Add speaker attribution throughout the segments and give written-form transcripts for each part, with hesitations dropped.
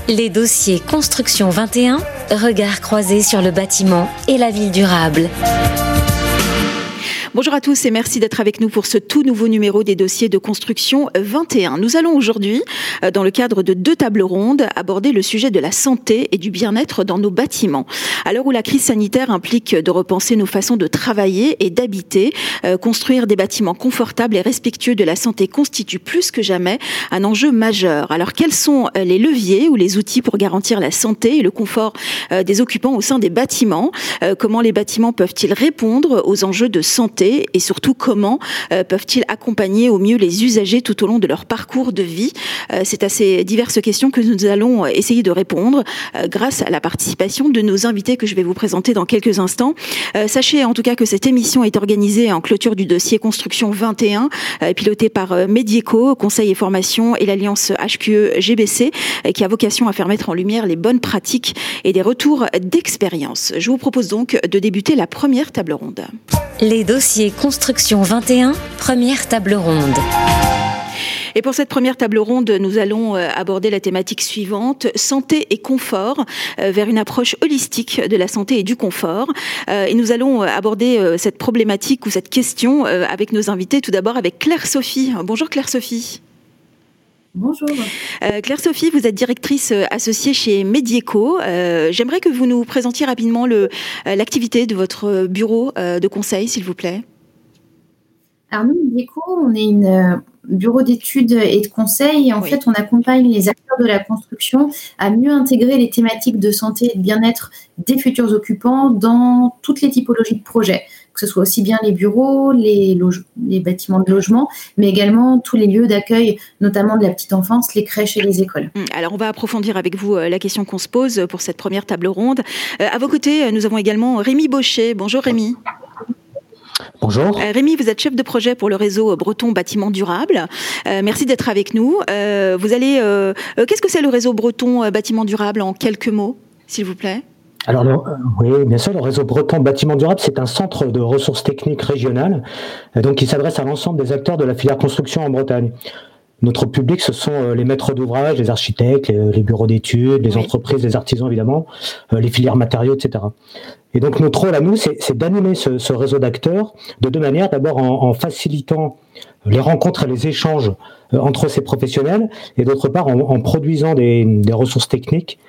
Speaker 1: Les dossiers Construction 21, regard croisé sur le bâtiment et la ville durable.
Speaker 2: Bonjour à tous et merci d'être avec nous pour ce tout nouveau numéro des dossiers de construction 21. Nous allons aujourd'hui, dans le cadre de 2 tables rondes, aborder le sujet de la santé et du bien-être dans nos bâtiments. À l'heure où la crise sanitaire implique de repenser nos façons de travailler et d'habiter, construire des bâtiments confortables et respectueux de la santé constitue plus que jamais un enjeu majeur. Alors quels sont les leviers ou les outils pour garantir la santé et le confort des occupants au sein des bâtiments ? Comment les bâtiments peuvent-ils répondre aux enjeux de santé ? Et surtout, comment peuvent-ils accompagner au mieux les usagers tout au long de leur parcours de vie ? C'est à ces diverses questions que nous allons essayer de répondre grâce à la participation de nos invités que je vais vous présenter dans quelques instants. Sachez en tout cas que cette émission est organisée en clôture du dossier Construction 21, pilotée par Medieco, Conseil et Formation et l'Alliance HQE-GBC, qui a vocation à faire mettre en lumière les bonnes pratiques et des retours d'expérience. Je vous propose donc de débuter la première table ronde.
Speaker 1: Les dossiers Construction 21, première table ronde.
Speaker 2: Et pour cette première table ronde, nous allons aborder la thématique suivante, santé et confort, vers une approche holistique de la santé et du confort. Et nous allons aborder cette problématique ou cette question avec nos invités, tout d'abord avec Claire-Sophie. Bonjour Claire-Sophie.
Speaker 3: Bonjour.
Speaker 2: Claire-Sophie, vous êtes directrice associée chez Medieco. J'aimerais que vous nous présentiez rapidement l'activité de votre bureau de conseil, s'il vous plaît.
Speaker 3: Alors nous, Medieco, on est un bureau d'études et de conseil. Et en fait, on accompagne les acteurs de la construction à mieux intégrer les thématiques de santé et de bien-être des futurs occupants dans toutes les typologies de projets, que ce soit aussi bien les bureaux, les bâtiments de logement, mais également tous les lieux d'accueil, notamment de la petite enfance, les crèches et les écoles.
Speaker 2: Alors, on va approfondir avec vous la question qu'on se pose pour cette première table ronde. À vos côtés, nous avons également Rémi Baucher. Bonjour Rémi.
Speaker 4: Bonjour.
Speaker 2: Rémi, vous êtes chef de projet pour le réseau Breton Bâtiment Durable. Merci d'être avec nous. Qu'est-ce que c'est le réseau Breton Bâtiment Durable en quelques mots, s'il vous plaît ?
Speaker 4: Alors, oui, bien sûr, le réseau Breton Bâtiment Durable, c'est un centre de ressources techniques régionales, donc qui s'adresse à l'ensemble des acteurs de la filière construction en Bretagne. Notre public, ce sont les maîtres d'ouvrage, les architectes, les bureaux d'études, les entreprises, les artisans évidemment, les filières matériaux, etc. Et donc notre rôle à nous, c'est d'animer ce réseau d'acteurs de 2 manières. D'abord en facilitant les rencontres et les échanges entre ces professionnels, et d'autre part en produisant des ressources techniques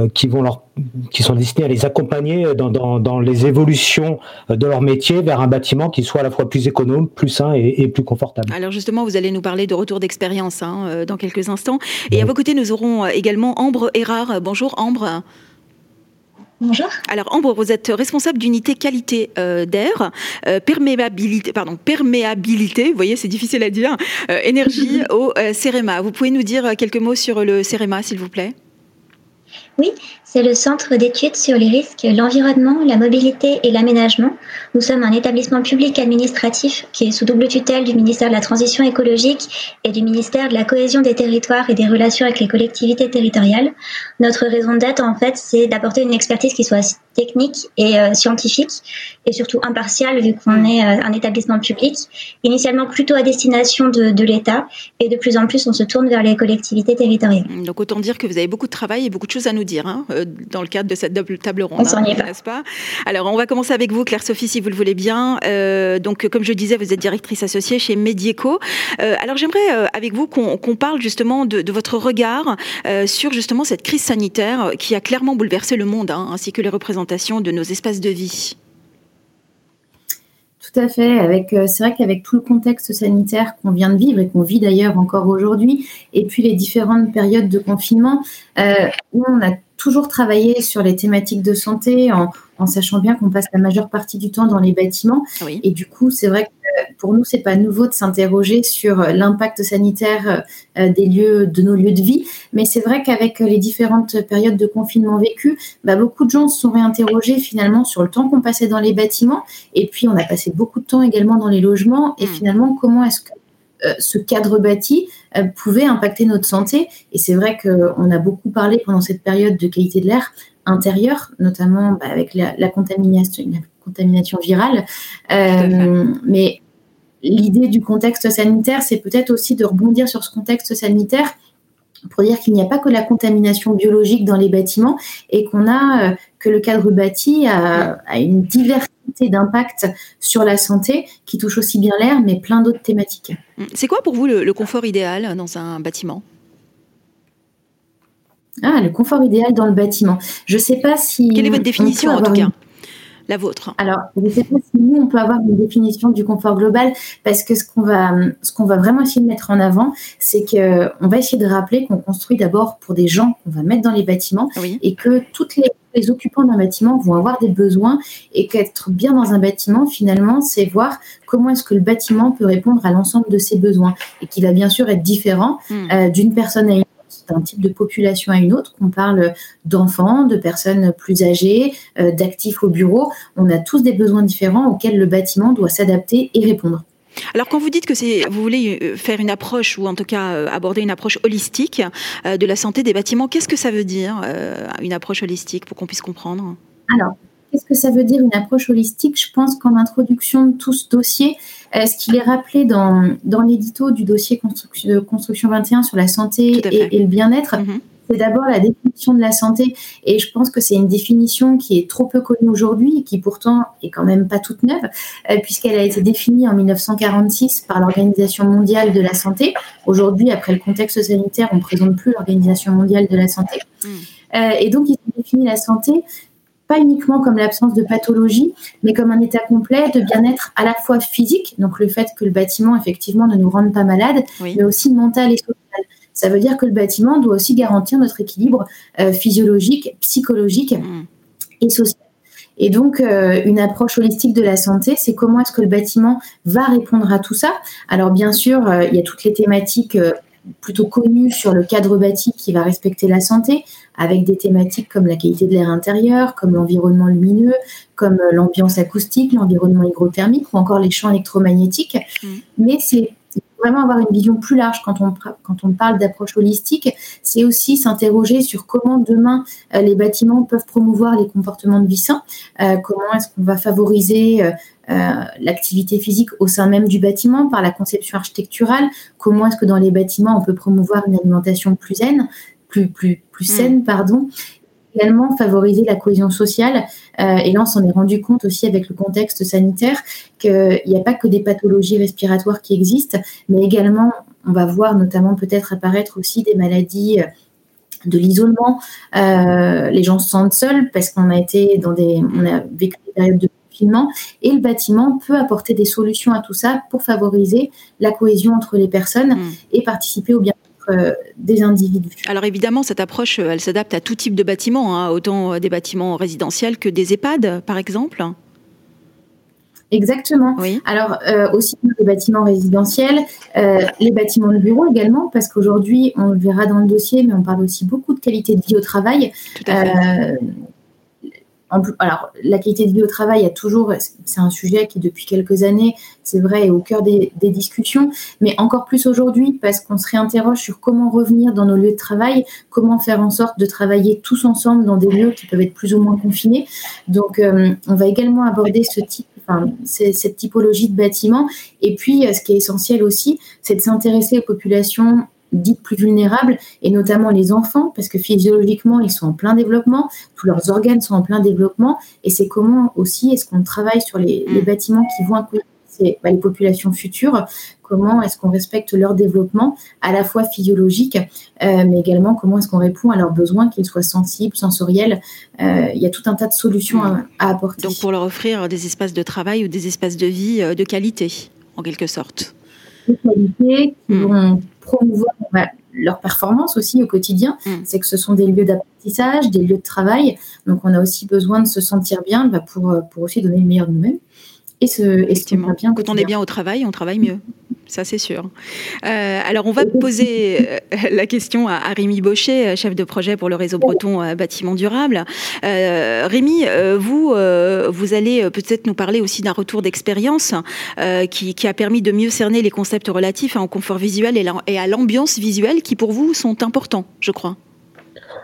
Speaker 4: qui sont destinées à les accompagner dans les évolutions de leur métier vers un bâtiment qui soit à la fois plus économe, plus sain et plus confortable.
Speaker 2: Alors justement, vous allez nous parler de retour d'expérience dans quelques instants. Et à vos côtés, nous aurons également Ambre Erard. Bonjour Ambre.
Speaker 5: Bonjour.
Speaker 2: Alors Ambre, vous êtes responsable d'unité qualité d'air, perméabilité, vous voyez c'est difficile à dire, énergie au CEREMA. Vous pouvez nous dire quelques mots sur le CEREMA s'il vous plaît ?
Speaker 5: Oui, c'est le Centre d'études sur les risques, l'environnement, la mobilité et l'aménagement. Nous sommes un établissement public administratif qui est sous double tutelle du ministère de la Transition écologique et du ministère de la Cohésion des territoires et des relations avec les collectivités territoriales. Notre raison d'être, en fait, c'est d'apporter une expertise qui soit technique et scientifique et surtout impartiale vu qu'on est un établissement public, initialement plutôt à destination de l'État et de plus en plus on se tourne vers les collectivités territoriales.
Speaker 2: Donc autant dire que vous avez beaucoup de travail et beaucoup de choses à nous dire dans le cadre de cette table ronde.
Speaker 5: On s'en y est pas.
Speaker 2: N'est-ce pas ? Alors on va commencer avec vous Claire-Sophie si vous le voulez bien. Donc comme je disais, vous êtes directrice associée chez Medieco. Alors j'aimerais avec vous qu'on parle justement de votre regard sur justement cette crise sanitaire qui a clairement bouleversé le monde ainsi que les représentations de nos espaces de vie.
Speaker 3: Tout à fait. C'est vrai qu'avec tout le contexte sanitaire qu'on vient de vivre et qu'on vit d'ailleurs encore aujourd'hui, et puis les différentes périodes de confinement, où on a toujours travaillé sur les thématiques de santé en sachant bien qu'on passe la majeure partie du temps dans les bâtiments.
Speaker 2: Oui.
Speaker 3: Et du coup, c'est vrai que pour nous, c'est pas nouveau de s'interroger sur l'impact sanitaire de nos lieux de vie. Mais c'est vrai qu'avec les différentes périodes de confinement vécues, beaucoup de gens se sont réinterrogés finalement sur le temps qu'on passait dans les bâtiments. Et puis, on a passé beaucoup de temps également dans les logements. Et finalement, comment est-ce que ce cadre bâti pouvait impacter notre santé. Et c'est vrai qu'on a beaucoup parlé pendant cette période de qualité de l'air intérieur, notamment avec la contamination virale. Mais l'idée du contexte sanitaire, c'est peut-être aussi de rebondir sur ce contexte sanitaire pour dire qu'il n'y a pas que la contamination biologique dans les bâtiments et qu'on a que le cadre bâti a une diversité d'impacts sur la santé qui touche aussi bien l'air, mais plein d'autres thématiques.
Speaker 2: C'est quoi pour vous le confort idéal dans un bâtiment ?
Speaker 3: Le confort idéal dans le bâtiment. Je ne sais pas si...
Speaker 2: Quelle est votre définition en tout cas ? La vôtre.
Speaker 3: Alors, je ne sais pas si nous, on peut avoir une définition du confort global, parce que ce qu'on va vraiment essayer de mettre en avant, c'est qu'on va essayer de rappeler qu'on construit d'abord pour des gens qu'on va mettre dans les bâtiments, et que toutes les occupants d'un bâtiment vont avoir des besoins, et qu'être bien dans un bâtiment, finalement, c'est voir comment est-ce que le bâtiment peut répondre à l'ensemble de ses besoins, et qui va bien sûr être différent d'une personne à une autre, d'un type de population à une autre, qu'on parle d'enfants, de personnes plus âgées, d'actifs au bureau. On a tous des besoins différents auxquels le bâtiment doit s'adapter et répondre.
Speaker 2: Alors quand vous dites que vous voulez faire une approche, ou en tout cas aborder une approche holistique de la santé des bâtiments, qu'est-ce que ça veut dire, une approche holistique, pour qu'on puisse comprendre ?
Speaker 3: Alors, qu'est-ce que ça veut dire une approche holistique ? Je pense qu'en introduction de tout ce dossier, ce qu'il est rappelé dans l'édito du dossier Construction 21 sur la santé et le bien-être, c'est d'abord la définition de la santé. Et je pense que c'est une définition qui est trop peu connue aujourd'hui et qui pourtant est quand même pas toute neuve, puisqu'elle a été définie en 1946 par l'Organisation mondiale de la santé. Aujourd'hui, après le contexte sanitaire, on ne présente plus l'Organisation mondiale de la santé. Et donc, ils ont défini la santé pas uniquement comme l'absence de pathologie, mais comme un état complet de bien-être à la fois physique, donc le fait que le bâtiment, effectivement, ne nous rende pas malades, mais aussi mental et social. Ça veut dire que le bâtiment doit aussi garantir notre équilibre physiologique, psychologique et social. Et donc, une approche holistique de la santé, c'est comment est-ce que le bâtiment va répondre à tout ça. Alors, bien sûr, il y a toutes les thématiques plutôt connues sur le cadre bâti qui va respecter la santé, avec des thématiques comme la qualité de l'air intérieur, comme l'environnement lumineux, comme l'ambiance acoustique, l'environnement hygrothermique ou encore les champs électromagnétiques. Mais c'est vraiment avoir une vision plus large quand on parle d'approche holistique. C'est aussi s'interroger sur comment demain les bâtiments peuvent promouvoir les comportements de vie sains, comment est-ce qu'on va favoriser l'activité physique au sein même du bâtiment par la conception architecturale, comment est-ce que dans les bâtiments on peut promouvoir une alimentation plus saine, également favoriser la cohésion sociale. Et là, on s'en est rendu compte aussi avec le contexte sanitaire qu'il n'y a pas que des pathologies respiratoires qui existent, mais également, on va voir notamment peut-être apparaître aussi des maladies de l'isolement. Les gens se sentent seuls parce qu'on a vécu des périodes de confinement, et le bâtiment peut apporter des solutions à tout ça pour favoriser la cohésion entre les personnes et participer au bien des individus.
Speaker 2: Alors évidemment, cette approche, elle s'adapte à tout type de bâtiments, autant des bâtiments résidentiels que des EHPAD, par exemple.
Speaker 3: Exactement. Oui. Alors, aussi les bâtiments résidentiels, les bâtiments de bureau également, parce qu'aujourd'hui, on le verra dans le dossier, mais on parle aussi beaucoup de qualité de vie au travail.
Speaker 2: Tout à fait.
Speaker 3: Alors, la qualité de vie au travail, c'est un sujet qui, depuis quelques années, c'est vrai, est au cœur des discussions, mais encore plus aujourd'hui, parce qu'on se réinterroge sur comment revenir dans nos lieux de travail, comment faire en sorte de travailler tous ensemble dans des lieux qui peuvent être plus ou moins confinés. Donc, on va également aborder cette typologie de bâtiments. Et puis, ce qui est essentiel aussi, c'est de s'intéresser aux populations dites plus vulnérables, et notamment les enfants, parce que physiologiquement, ils sont en plein développement, tous leurs organes sont en plein développement, et c'est comment aussi est-ce qu'on travaille sur les bâtiments qui vont accueillir les populations futures, comment est-ce qu'on respecte leur développement, à la fois physiologique, mais également comment est-ce qu'on répond à leurs besoins, qu'ils soient sensibles, sensoriels. Il y a tout un tas de solutions à apporter.
Speaker 2: Donc pour leur offrir des espaces de travail ou des espaces de vie de qualité, en quelque sorte.
Speaker 3: De qualité, qui vont promouvoir leur performance aussi au quotidien. C'est que ce sont des lieux d'apprentissage, des lieux de travail. Donc, on a aussi besoin de se sentir bien pour aussi donner le meilleur de nous-mêmes. Et
Speaker 2: effectivement, bien quand on est bien au travail, on travaille mieux. Ça, c'est sûr. Alors, on va poser la question à Rémi Baucher, chef de projet pour le réseau breton Bâtiment Durable. Rémi, vous allez peut-être nous parler aussi d'un retour d'expérience qui a permis de mieux cerner les concepts relatifs au confort visuel et à l'ambiance visuelle qui, pour vous, sont importants, je crois.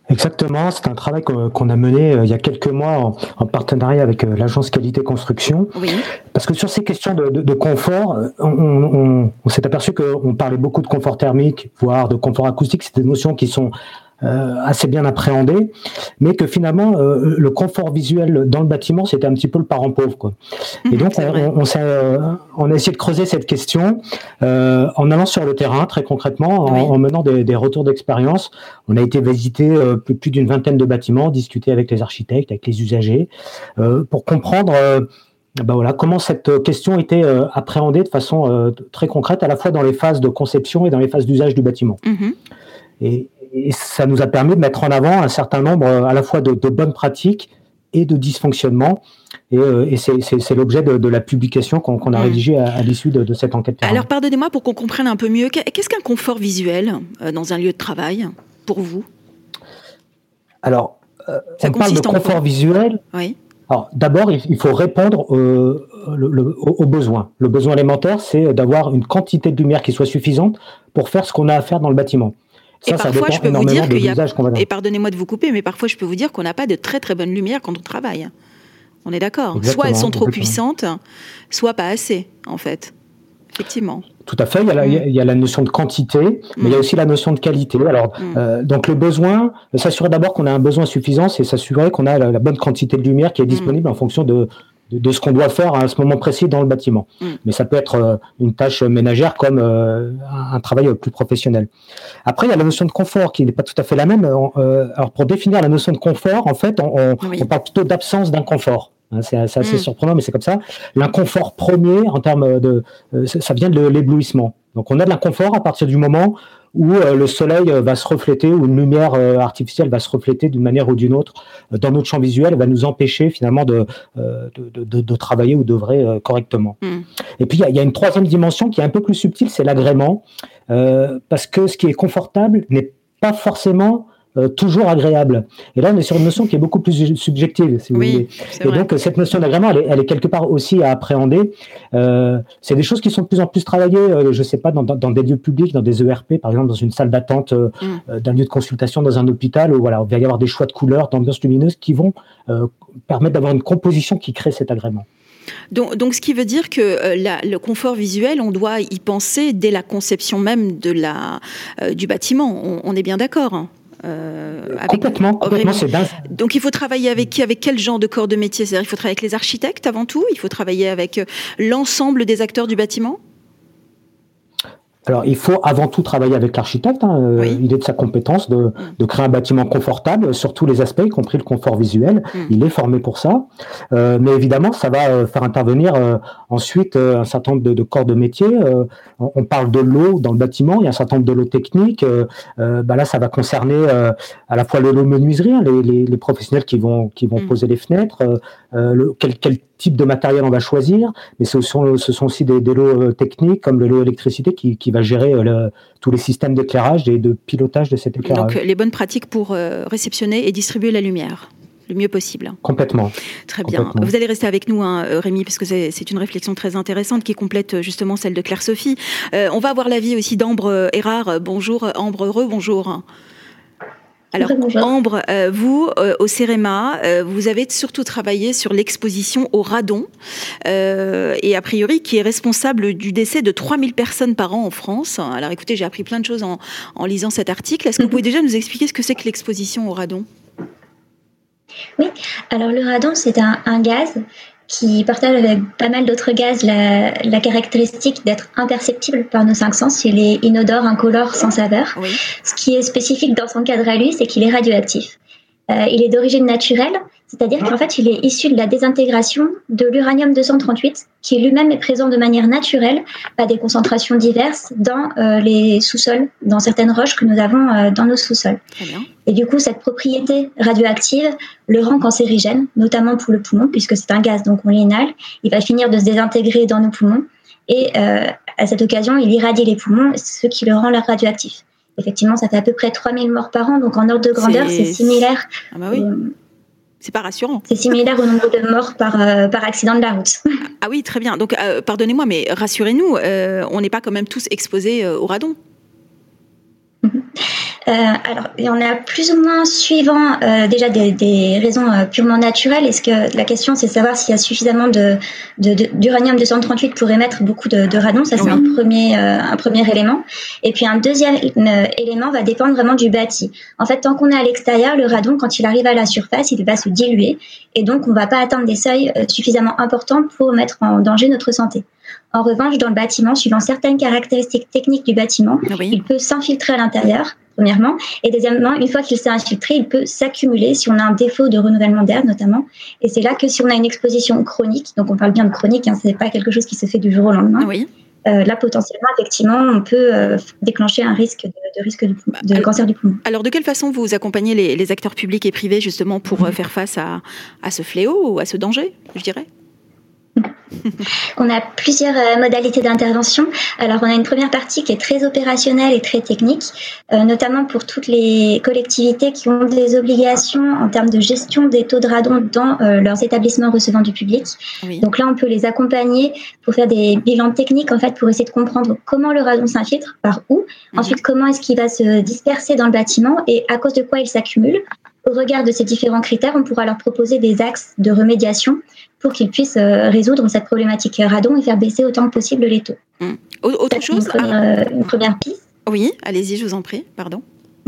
Speaker 4: Exactement, c'est un travail qu'on a mené il y a quelques mois en partenariat avec l'agence Qualité Construction.
Speaker 2: Oui.
Speaker 4: Parce que sur ces questions de confort, on s'est aperçu qu'on parlait beaucoup de confort thermique, voire de confort acoustique. C'est des notions qui sont assez bien appréhendées, mais que finalement, le confort visuel dans le bâtiment, c'était un petit peu le parent pauvre, quoi. Et donc, on a essayé de creuser cette question en allant sur le terrain, très concrètement, en menant des retours d'expérience. On a été visiter plus d'une vingtaine de bâtiments, discuter avec les architectes, avec les usagers, pour comprendre comment cette question était appréhendée de façon très concrète, à la fois dans les phases de conception et dans les phases d'usage du bâtiment. Et ça nous a permis de mettre en avant un certain nombre à la fois de bonnes pratiques et de dysfonctionnements. Et c'est l'objet de la publication qu'on a rédigée à l'issue de cette enquête terrain.
Speaker 2: Alors, pardonnez-moi pour qu'on comprenne un peu mieux. Qu'est-ce qu'un confort visuel dans un lieu de travail, pour vous ?
Speaker 4: Alors, on parle de confort visuel.
Speaker 2: Oui.
Speaker 4: Alors, d'abord, il faut répondre aux besoins. Le besoin élémentaire, c'est d'avoir une quantité de lumière qui soit suffisante pour faire ce qu'on a à faire dans le bâtiment.
Speaker 2: Et parfois, je peux vous dire et pardonnez-moi de vous couper, mais parfois, je peux vous dire qu'on n'a pas de très très bonne lumière quand on travaille. On est d'accord. Soit elles sont trop puissantes, soit pas assez, en fait. Effectivement.
Speaker 4: Tout à fait. Il y a la notion de quantité, mais il y a aussi la notion de qualité. Alors, donc le besoin, s'assurer d'abord qu'on a un besoin suffisant, c'est s'assurer qu'on a la bonne quantité de lumière qui est disponible en fonction de ce qu'on doit faire à ce moment précis dans le bâtiment. Mais ça peut être une tâche ménagère comme un travail plus professionnel. Après, il y a la notion de confort qui n'est pas tout à fait la même. Alors, pour définir la notion de confort, en fait, on parle plutôt d'absence d'inconfort. C'est assez surprenant, mais c'est comme ça. L'inconfort premier, en termes ça vient de l'éblouissement. Donc, on a de l'inconfort à partir du moment où le soleil va se refléter, ou une lumière artificielle va se refléter d'une manière ou d'une autre dans notre champ visuel, et va nous empêcher finalement de travailler ou d'œuvrer correctement. Et puis, il y a une troisième dimension qui est un peu plus subtile, c'est l'agrément, parce que ce qui est confortable n'est pas forcément toujours agréable. Et là, on est sur une notion qui est beaucoup plus subjective, si vous voulez. Et donc, cette notion d'agrément, elle est quelque part aussi à appréhender. C'est des choses qui sont de plus en plus travaillées, je ne sais pas, dans des lieux publics, dans des ERP, par exemple, dans une salle d'attente d'un lieu de consultation dans un hôpital, où voilà, il va y avoir des choix de couleurs, d'ambiance lumineuse qui vont permettre d'avoir une composition qui crée cet agrément.
Speaker 2: Donc, ce qui veut dire que le confort visuel, on doit y penser dès la conception même du bâtiment. On est bien d'accord, hein.
Speaker 4: Complètement.
Speaker 2: Donc il faut travailler avec qui ? Avec quel genre de corps de métier ? C'est-à-dire il faut travailler avec les architectes avant tout ? Il faut travailler avec l'ensemble des acteurs du bâtiment ?
Speaker 4: Alors, il faut avant tout travailler avec l'architecte. Il est de sa compétence de créer un bâtiment confortable sur tous les aspects, y compris le confort visuel. Il est formé pour ça. Mais évidemment, ça va faire intervenir ensuite un certain nombre de corps de métier. On parle de l'eau dans le bâtiment. Il y a un certain nombre de l'eau technique. Là, ça va concerner à la fois l'eau menuiserie, les professionnels qui vont poser les fenêtres, quel type de matériel on va choisir, mais ce sont aussi des lots techniques comme le lot électricité qui va gérer tous les systèmes d'éclairage et de pilotage de cet éclairage.
Speaker 2: Donc les bonnes pratiques pour réceptionner et distribuer la lumière le mieux possible.
Speaker 4: Complètement.
Speaker 2: Très bien. Vous allez rester avec nous, Rémi, parce que c'est une réflexion très intéressante qui complète justement celle de Claire-Sophie. On va avoir l'avis aussi d'Ambre Erard. Bonjour Ambre, bonjour. Alors, Ambre, vous, au CEREMA, vous avez surtout travaillé sur l'exposition au radon, et a priori qui est responsable du décès de 3000 personnes par an en France. Alors écoutez, j'ai appris plein de choses en lisant cet article. Est-ce que vous pouvez déjà nous expliquer ce que c'est que l'exposition au radon ?
Speaker 5: Oui, alors le radon, c'est un gaz qui partage avec pas mal d'autres gaz la caractéristique d'être imperceptible par nos cinq sens. Il est inodore, incolore, sans saveur. Oui. Ce qui est spécifique dans son cadre à lui, c'est qu'il est radioactif. Il est d'origine naturelle, c'est-à-dire qu'en fait, il est issu de la désintégration de l'uranium-238, qui lui-même est présent de manière naturelle, à des concentrations diverses, dans les sous-sols, dans certaines roches que nous avons dans nos sous-sols. Très bien. Et du coup, cette propriété radioactive le rend cancérigène, notamment pour le poumon, puisque c'est un gaz, donc on l'inhale. Il va finir de se désintégrer dans nos poumons, et à cette occasion, il irradie les poumons, ce qui le rend radioactif. Effectivement, ça fait à peu près 3000 morts par an, donc en ordre de grandeur, c'est similaire.
Speaker 2: Ah bah oui. C'est pas rassurant.
Speaker 5: C'est similaire au nombre de morts par accident de la route.
Speaker 2: Ah oui, très bien. Donc, pardonnez-moi, mais rassurez-nous, on n'est pas quand même tous exposés au radon.
Speaker 5: Alors, il y en a plus ou moins suivant déjà des raisons purement naturelles. Est-ce que la question, c'est de savoir s'il y a suffisamment d'uranium 238 pour émettre beaucoup de radon. Ça, c'est un premier élément. Et puis, un deuxième élément va dépendre vraiment du bâti. En fait, tant qu'on est à l'extérieur, le radon, quand il arrive à la surface, il va se diluer. Et donc, on ne va pas atteindre des seuils suffisamment importants pour mettre en danger notre santé. En revanche, dans le bâtiment, suivant certaines caractéristiques techniques du bâtiment, il peut s'infiltrer à l'intérieur, premièrement. Et deuxièmement, une fois qu'il s'est infiltré, il peut s'accumuler si on a un défaut de renouvellement d'air, notamment. Et c'est là que si on a une exposition chronique, donc on parle bien de chronique, ce n'est pas quelque chose qui se fait du jour au lendemain. Là, potentiellement, effectivement, on peut déclencher un risque de cancer du poumon.
Speaker 2: Alors, de quelle façon vous accompagnez les acteurs publics et privés, justement, pour faire face à ce fléau ou à ce danger, je dirais ?
Speaker 5: On a plusieurs modalités d'intervention. Alors, on a une première partie qui est très opérationnelle et très technique, notamment pour toutes les collectivités qui ont des obligations en termes de gestion des taux de radon dans leurs établissements recevant du public. Donc là, on peut les accompagner pour faire des bilans techniques, en fait, pour essayer de comprendre comment le radon s'infiltre, par où, ensuite comment est-ce qu'il va se disperser dans le bâtiment et à cause de quoi il s'accumule. Au regard de ces différents critères, on pourra leur proposer des axes de remédiation pour qu'ils puissent résoudre cette problématique radon et faire baisser autant que possible les taux.
Speaker 2: Autre chose
Speaker 5: une première piste.
Speaker 2: Oui, allez-y, je vous en prie, pardon.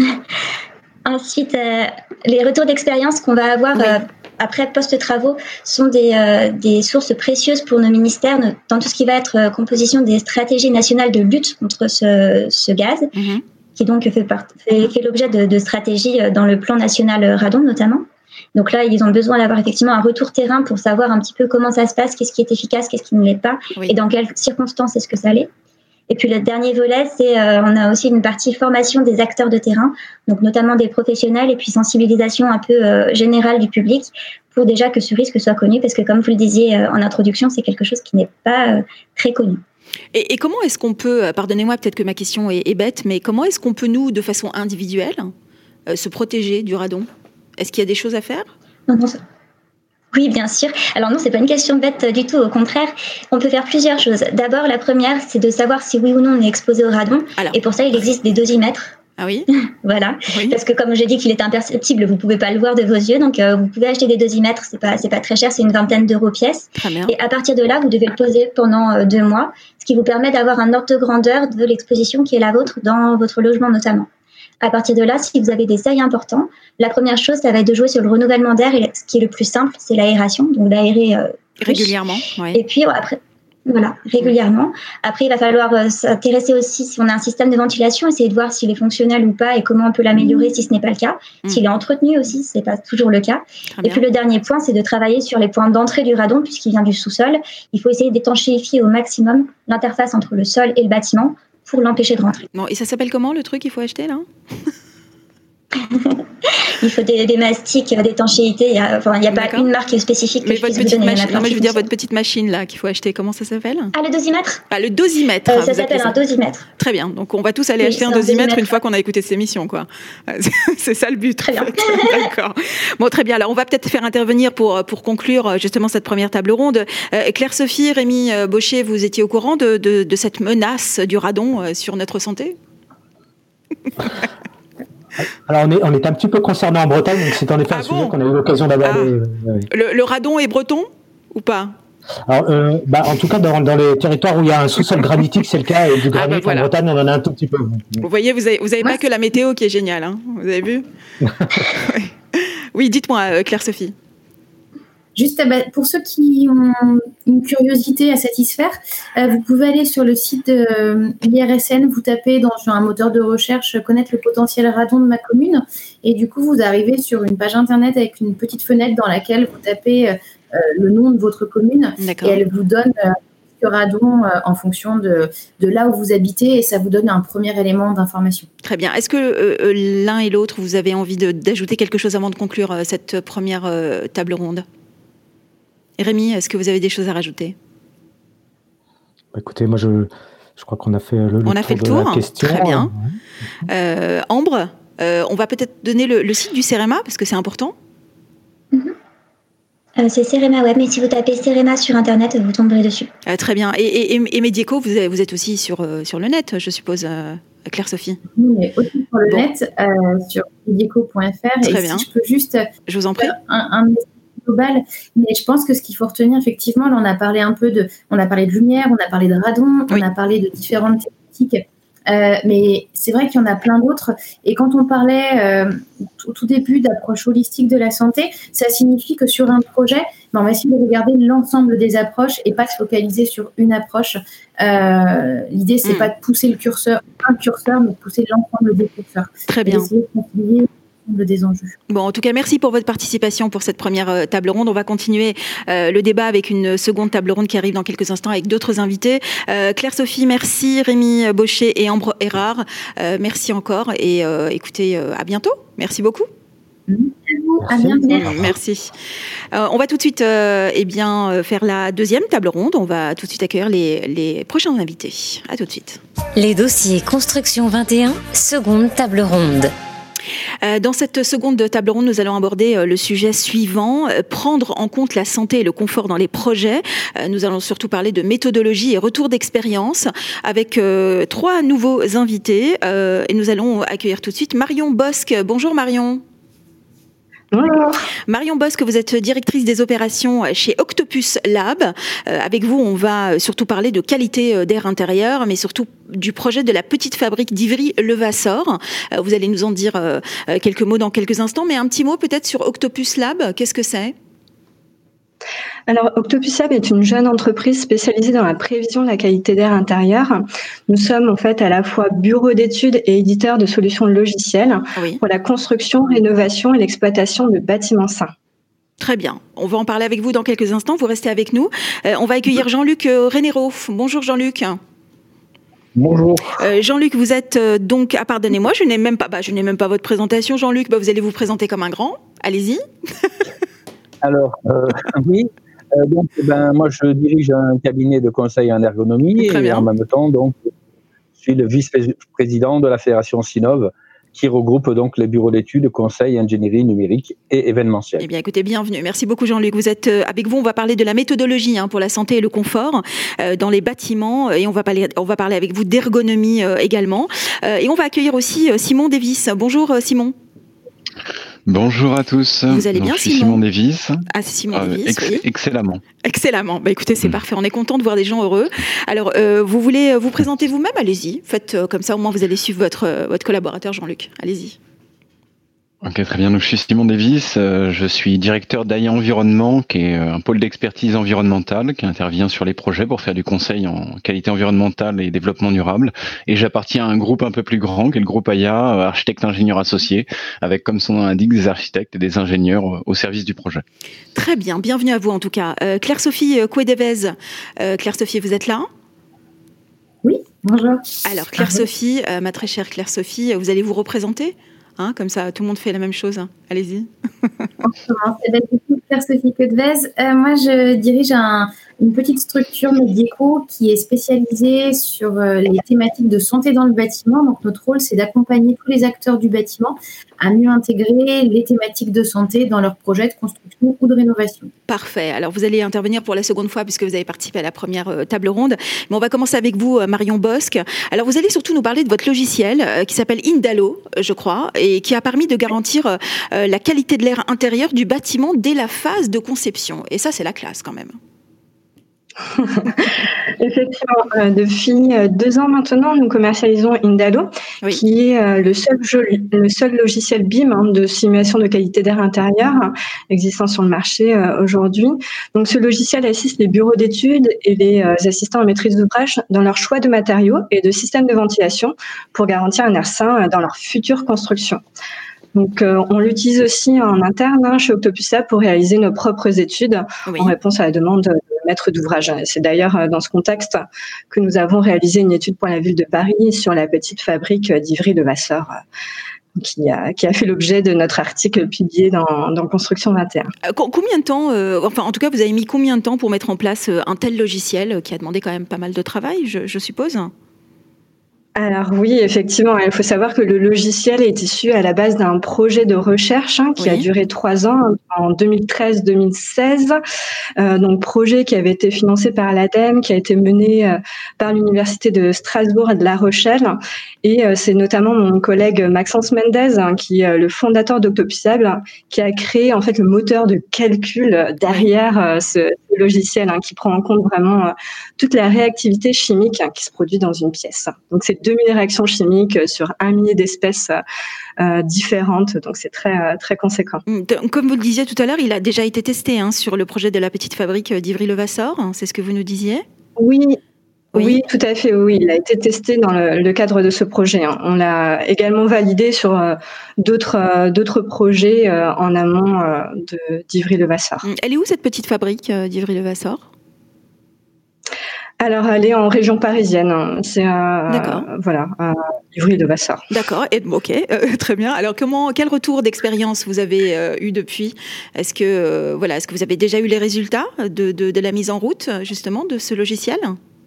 Speaker 5: Ensuite, les retours d'expérience qu'on va avoir après post-travaux sont des sources précieuses pour nos ministères dans tout ce qui va être composition des stratégies nationales de lutte contre ce gaz. Qui donc fait l'objet de stratégies dans le plan national radon notamment. Donc là, ils ont besoin d'avoir effectivement un retour terrain pour savoir un petit peu comment ça se passe, qu'est-ce qui est efficace, qu'est-ce qui ne l'est pas, et dans quelles circonstances est-ce que ça l'est. Et puis le dernier volet, c'est on a aussi une partie formation des acteurs de terrain, donc notamment des professionnels, et puis sensibilisation un peu générale du public pour déjà que ce risque soit connu, parce que comme vous le disiez en introduction, c'est quelque chose qui n'est pas très connu.
Speaker 2: Et comment est-ce qu'on peut, pardonnez-moi, peut-être que ma question est bête, mais comment est-ce qu'on peut, nous, de façon individuelle, se protéger du radon ? Est-ce qu'il y a des choses à faire ?
Speaker 5: Oui, bien sûr. Alors non, c'est pas une question bête du tout. Au contraire, on peut faire plusieurs choses. D'abord, la première, c'est de savoir si oui ou non on est exposé au radon. Et pour ça, il existe des dosimètres.
Speaker 2: Ah oui.
Speaker 5: Voilà. Parce que comme j'ai dit qu'il est imperceptible, vous pouvez pas le voir de vos yeux. Donc, vous pouvez acheter des dosimètres. C'est pas très cher. C'est une 20aine d'euros pièce.
Speaker 2: Très bien.
Speaker 5: Et à partir de là, vous devez le poser pendant 2 mois, ce qui vous permet d'avoir un ordre de grandeur de l'exposition qui est la vôtre dans votre logement notamment. À partir de là, si vous avez des seuils importants, la première chose, ça va être de jouer sur le renouvellement d'air. Et ce qui est le plus simple, c'est l'aération. Donc, d'aérer
Speaker 2: régulièrement. Oui.
Speaker 5: Et puis, après... Voilà, régulièrement. Après, il va falloir s'intéresser aussi, si on a un système de ventilation, essayer de voir s'il est fonctionnel ou pas et comment on peut l'améliorer si ce n'est pas le cas. S'il est entretenu aussi, ce n'est pas toujours le cas. Et puis le dernier point, c'est de travailler sur les points d'entrée du radon puisqu'il vient du sous-sol. Il faut essayer d'étanchéifier au maximum l'interface entre le sol et le bâtiment pour l'empêcher de rentrer.
Speaker 2: Bon, et ça s'appelle comment le truc qu'il faut acheter là ?
Speaker 5: Il faut des mastiques d'étanchéité. Il n'y a pas une marque spécifique.
Speaker 2: Mais votre petite machine, non, mais je veux dire votre petite machine là qu'il faut acheter. Comment ça s'appelle ?
Speaker 5: Ah, le dosimètre.
Speaker 2: Ah, le dosimètre.
Speaker 5: Ça s'appelle un dosimètre.
Speaker 2: Très bien. Donc on va tous aller acheter un dosimètre une fois qu'on a écouté cette émission, quoi. C'est ça le but.
Speaker 5: Très bien.
Speaker 2: D'accord. Bon, très bien. Alors on va peut-être faire intervenir pour conclure justement cette première table ronde. Claire-Sophie, Rémi Baucher, vous étiez au courant de cette menace du radon sur notre santé ?
Speaker 4: Alors on est un petit peu concerné en Bretagne, donc c'est en effet un sujet qu'on a eu l'occasion d'aborder.
Speaker 2: Le radon est breton ou pas ?
Speaker 4: Alors, en tout cas, dans les territoires où il y a un sous-sol granitique, c'est le cas, et du granit en Bretagne, on en a un tout petit peu.
Speaker 2: Vous voyez, vous avez pas que la météo qui est géniale, hein, vous avez vu ? Oui, dites-moi, Claire-Sophie.
Speaker 3: Juste pour ceux qui ont une curiosité à satisfaire, vous pouvez aller sur le site de l'IRSN, vous tapez dans un moteur de recherche « Connaître le potentiel radon de ma commune » et du coup, vous arrivez sur une page internet avec une petite fenêtre dans laquelle vous tapez le nom de votre commune. D'accord. Et elle vous donne le radon en fonction de là où vous habitez et ça vous donne un premier élément d'information.
Speaker 2: Très bien. Est-ce que l'un et l'autre, vous avez envie d'ajouter quelque chose avant de conclure cette première table ronde ? Rémi, est-ce que vous avez des choses à rajouter ?
Speaker 4: Écoutez, moi je crois qu'on a fait le tour de la question.
Speaker 2: Très bien. Ambre, on va peut-être donner le site du CEREMA parce que c'est important.
Speaker 5: C'est Cerema Web, mais si vous tapez Cerema sur Internet, vous tomberez dessus.
Speaker 2: Très bien. Et Mediaeco, vous êtes aussi sur le net, je suppose, Claire-Sophie?
Speaker 3: Oui, mais aussi sur le net, sur mediaeco.fr.
Speaker 2: Très
Speaker 3: et
Speaker 2: bien.
Speaker 3: Si je peux juste
Speaker 2: je vous en prie.
Speaker 3: un message global, mais je pense que ce qu'il faut retenir, effectivement, là, on a parlé de lumière, on a parlé de radon, on a parlé de différentes thématiques. Mais c'est vrai qu'il y en a plein d'autres. Et quand on parlait au tout début d'approche holistique de la santé, ça signifie que sur un projet, on va essayer de regarder l'ensemble des approches et pas se focaliser sur une approche. L'idée, c'est pas de pousser un curseur, mais de pousser l'ensemble des curseurs.
Speaker 2: Très bien.
Speaker 3: Essayer de concilier des enjeux.
Speaker 2: Bon, en tout cas, merci pour votre participation pour cette première table ronde. On va continuer le débat avec une seconde table ronde qui arrive dans quelques instants avec d'autres invités. Claire-Sophie, merci. Rémi Baucher et Ambre Erard, merci encore. Et écoutez, à bientôt. Merci beaucoup.
Speaker 3: À bientôt.
Speaker 2: Merci. On va tout de suite faire la deuxième table ronde. On va tout de suite accueillir les prochains invités. À tout de suite.
Speaker 1: Les dossiers Construction 21, seconde table ronde.
Speaker 2: Dans cette seconde table ronde, nous allons aborder le sujet suivant, prendre en compte la santé et le confort dans les projets. Nous allons surtout parler de méthodologie et retour d'expérience avec 3 nouveaux invités. Et nous allons accueillir tout de suite Marion Bosque. Bonjour Marion.
Speaker 6: Bonjour.
Speaker 2: Marion Bosque, vous êtes directrice des opérations chez Octopus Lab. Avec vous, on va surtout parler de qualité d'air intérieur, mais surtout du projet de la petite fabrique d'Ivry-Levasseur. Vous allez nous en dire quelques mots dans quelques instants, mais un petit mot peut-être sur Octopus Lab. Qu'est-ce que c'est ?
Speaker 6: Alors, Octopus Lab est une jeune entreprise spécialisée dans la prévision de la qualité d'air intérieur. Nous sommes en fait à la fois bureau d'études et éditeur de solutions logicielles pour la construction, rénovation et l'exploitation de bâtiments sains.
Speaker 2: Très bien. On va en parler avec vous dans quelques instants. Vous restez avec nous. On va accueillir Jean-Luc Rénéro. Bonjour Jean-Luc.
Speaker 7: Bonjour.
Speaker 2: Jean-Luc, vous êtes donc... Ah, pardonnez-moi, je n'ai même pas votre présentation, Jean-Luc. Vous allez vous présenter comme un grand. Allez-y.
Speaker 7: Alors, oui. Donc, moi, je dirige un cabinet de conseil en ergonomie et en même temps, donc, je suis le vice-président de la fédération Sinov qui regroupe donc les bureaux d'études, conseil, ingénierie numérique et événementiel.
Speaker 2: Eh bien, écoutez, bienvenue. Merci beaucoup, Jean-Luc. Vous êtes avec vous. On va parler de la méthodologie pour la santé et le confort dans les bâtiments et on va parler avec vous d'ergonomie également. Et on va accueillir aussi Simon Davis. Bonjour, Simon.
Speaker 8: Bonjour à tous.
Speaker 2: Vous allez bien,
Speaker 8: je suis Simon Davis.
Speaker 2: Ah, c'est Simon Davis, oui.
Speaker 8: Excellemment.
Speaker 2: Excellemment. Écoutez, c'est parfait. On est content de voir des gens heureux. Alors, vous voulez vous présenter vous-même ? Allez-y. Faites comme ça, au moins, vous allez suivre votre collaborateur Jean-Luc. Allez-y.
Speaker 8: Ok, très bien. Donc, je suis Simon Davis. Je suis directeur d'AIA Environnement, qui est un pôle d'expertise environnementale qui intervient sur les projets pour faire du conseil en qualité environnementale et développement durable. Et j'appartiens à un groupe un peu plus grand, qui est le groupe AIA, architectes ingénieurs associés, avec, comme son nom l'indique, des architectes et des ingénieurs au service du projet.
Speaker 2: Très bien. Bienvenue à vous, en tout cas. Claire-Sophie Coué-Devez. Claire-Sophie, vous êtes là ?
Speaker 3: Oui, bonjour.
Speaker 2: Alors, Claire-Sophie, ma très chère Claire-Sophie, vous allez vous représenter ? Comme ça, tout le monde fait la même chose. Allez-y.
Speaker 3: On commence. Claire-Sophie Coué-Devez. Moi, je dirige une petite structure Mediaeco qui est spécialisée sur les thématiques de santé dans le bâtiment. Donc, notre rôle, c'est d'accompagner tous les acteurs du bâtiment à mieux intégrer les thématiques de santé dans leurs projets de construction ou de rénovation.
Speaker 2: Parfait. Alors, vous allez intervenir pour la seconde fois puisque vous avez participé à la première table ronde. Mais on va commencer avec vous, Marion Bosque. Alors, vous allez surtout nous parler de votre logiciel qui s'appelle Indalo, je crois, et qui a permis de garantir la qualité de l'air intérieur du bâtiment dès la phase de conception. Et ça, c'est la classe quand même.
Speaker 6: Effectivement, depuis 2 ans maintenant, nous commercialisons Indalo, qui est le seul logiciel BIM de simulation de qualité d'air intérieur existant sur le marché aujourd'hui. Donc, ce logiciel assiste les bureaux d'études et les assistants en maîtrise d'ouvrage dans leur choix de matériaux et de systèmes de ventilation pour garantir un air sain dans leur future construction. Donc, on l'utilise aussi en interne chez Octopus Lab pour réaliser nos propres études en réponse à la demande de maître d'ouvrage. C'est d'ailleurs dans ce contexte que nous avons réalisé une étude pour la ville de Paris sur la petite fabrique d'Ivry-Levasseur qui a fait l'objet de notre article publié dans Construction 21.
Speaker 2: Combien de temps, en tout cas, vous avez mis combien de temps pour mettre en place un tel logiciel qui a demandé quand même pas mal de travail, je suppose ?
Speaker 6: Alors oui, effectivement, il faut savoir que le logiciel est issu à la base d'un projet de recherche qui a duré 3 ans, en 2013-2016. Donc projet qui avait été financé par l'ADEME, qui a été mené par l'Université de Strasbourg et de La Rochelle. Et c'est notamment mon collègue Maxence Mendez, qui est le fondateur d'Octopusable, qui a créé en fait le moteur de calcul derrière ce logiciel, qui prend en compte vraiment toute la réactivité chimique qui se produit dans une pièce. Donc c'est 2000 réactions chimiques sur 1 millier d'espèces différentes, donc c'est très, très conséquent.
Speaker 2: Comme vous le disiez tout à l'heure, il a déjà été testé sur le projet de la petite fabrique d'Ivry-le-Vassor, c'est ce que vous nous disiez ?
Speaker 6: Oui, tout à fait. Oui, il a été testé dans le cadre de ce projet. On l'a également validé sur d'autres projets en amont d'Ivry-le-Vassor.
Speaker 2: Elle est où cette petite fabrique d'Ivry-le-Vassor ?
Speaker 6: Alors, elle est en région parisienne. C'est Ivry-le-Vassor.
Speaker 2: D'accord. Ok, très bien. Alors, quel retour d'expérience vous avez eu depuis ? Est-ce que vous avez déjà eu les résultats de la mise en route justement de ce logiciel ?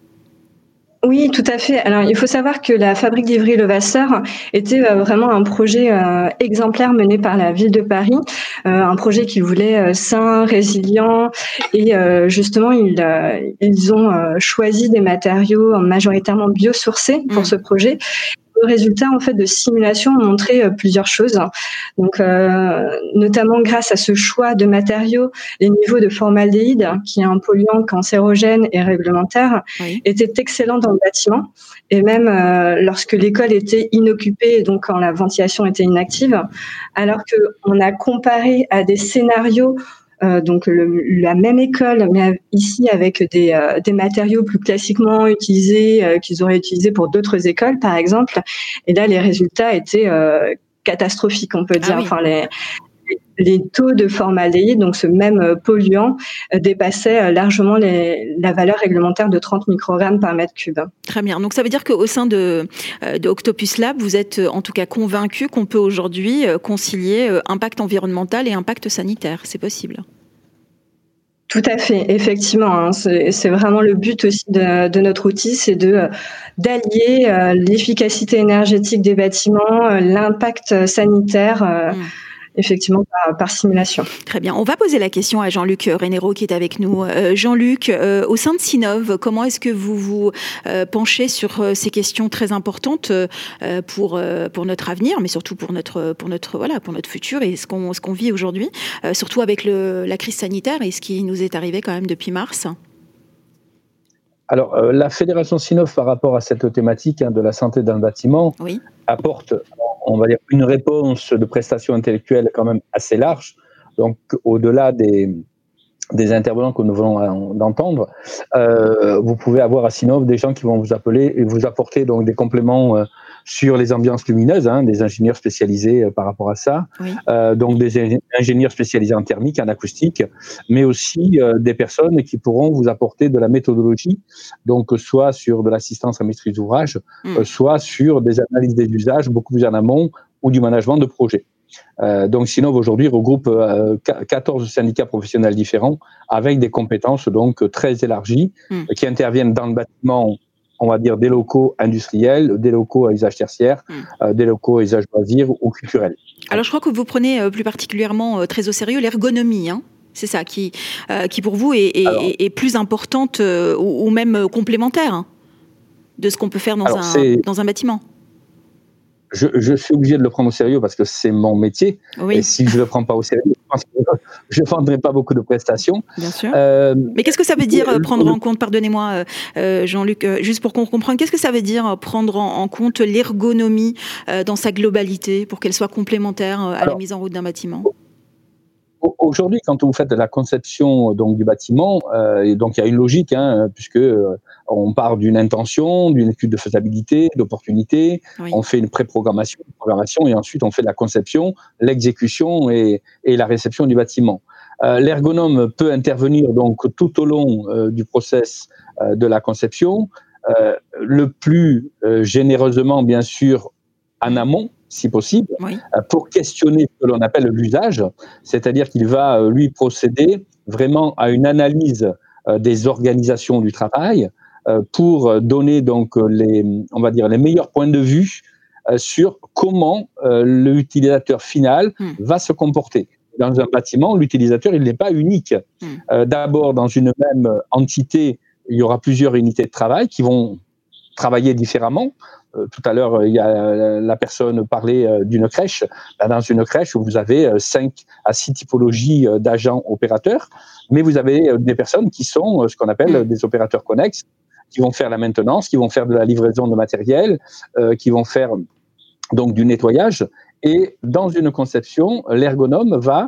Speaker 6: Oui, tout à fait. Alors, il faut savoir que la fabrique d'Ivry-le-Vasseur était vraiment un projet exemplaire mené par la ville de Paris, un projet qui voulait sain, résilient, et justement, ils ont choisi des matériaux majoritairement biosourcés pour ce projet. Le résultat en fait de simulation ont montré plusieurs choses. Donc, notamment grâce à ce choix de matériaux, les niveaux de formaldéhyde, qui est un polluant cancérogène et réglementaire, étaient excellents dans le bâtiment. Et même lorsque l'école était inoccupée, donc quand la ventilation était inactive, alors qu'on a comparé à des scénarios donc la même école, mais ici avec des matériaux plus classiquement utilisés, qu'ils auraient utilisés pour d'autres écoles, par exemple. Et là, les résultats étaient catastrophiques, on peut dire. Enfin, les taux de formaldéhyde, donc ce même polluant, dépassaient largement la valeur réglementaire de 30 microgrammes par mètre cube.
Speaker 2: Très bien. Donc ça veut dire qu'au sein de Octopuslab, vous êtes en tout cas convaincu qu'on peut aujourd'hui concilier impact environnemental et impact sanitaire. C'est possible ?
Speaker 6: Tout à fait, effectivement. C'est vraiment le but aussi de notre outil, c'est d'allier l'efficacité énergétique des bâtiments, l'impact sanitaire. Effectivement, par simulation.
Speaker 2: Très bien. On va poser la question à Jean-Luc Rénéro qui est avec nous. Jean-Luc, au sein de Sinov, comment est-ce que vous vous penchez sur ces questions très importantes pour notre avenir, mais surtout pour notre futur et ce qu'on vit aujourd'hui, surtout avec la crise sanitaire et ce qui nous est arrivé quand même depuis mars ?
Speaker 7: Alors, la Fédération Sinov, par rapport à cette thématique de la santé dans le bâtiment, apporte, on va dire, une réponse de prestations intellectuelles quand même assez large. Donc, au-delà des intervenants que nous venons d'entendre, vous pouvez avoir à Sinov des gens qui vont vous appeler et vous apporter donc des compléments sur les ambiances lumineuses, des ingénieurs spécialisés par rapport à ça, donc des ingénieurs spécialisés en thermique, en acoustique, mais aussi des personnes qui pourront vous apporter de la méthodologie, donc soit sur de l'assistance à maîtrise d'ouvrage, soit sur des analyses des usages beaucoup plus en amont ou du management de projet. Donc Sinov aujourd'hui regroupe 14 syndicats professionnels différents avec des compétences donc très élargies qui interviennent dans le bâtiment, on va dire des locaux industriels, des locaux à usage tertiaire, des locaux à usage loisir ou culturel.
Speaker 2: Alors je crois que vous prenez plus particulièrement très au sérieux l'ergonomie, c'est ça qui pour vous est plus importante ou même complémentaire de ce qu'on peut faire dans un bâtiment.
Speaker 7: Je suis obligé de le prendre au sérieux parce que c'est mon métier. Et si je ne le prends pas au sérieux, je pense que je ne vendrai pas beaucoup de prestations.
Speaker 2: Bien sûr. Mais qu'est-ce que ça veut dire prendre en compte, pardonnez-moi Jean-Luc, juste pour qu'on comprenne, qu'est-ce que ça veut dire prendre en compte l'ergonomie dans sa globalité pour qu'elle soit complémentaire à la mise en route d'un bâtiment ?
Speaker 7: Aujourd'hui, quand vous faites la conception donc du bâtiment, et donc il y a une logique, puisque on part d'une intention, d'une étude de faisabilité, d'opportunité, on fait une pré-programmation, une programmation, et ensuite on fait la conception, l'exécution et la réception du bâtiment. L'ergonome peut intervenir donc tout au long du process de la conception, le plus généreusement bien sûr en amont, si possible, pour questionner ce que l'on appelle l'usage, c'est-à-dire qu'il va, lui, procéder vraiment à une analyse des organisations du travail, pour donner donc les meilleurs points de vue sur comment l'utilisateur final va se comporter. Dans un bâtiment, l'utilisateur, il n'est pas unique. D'abord, dans une même entité, il y aura plusieurs unités de travail qui vont travailler différemment. Tout à l'heure, la personne parlait d'une crèche. Dans une crèche, vous avez 5 à 6 typologies d'agents opérateurs, mais vous avez des personnes qui sont ce qu'on appelle des opérateurs connexes, qui vont faire la maintenance, qui vont faire de la livraison de matériel, qui vont faire donc du nettoyage. Et dans une conception, l'ergonome va,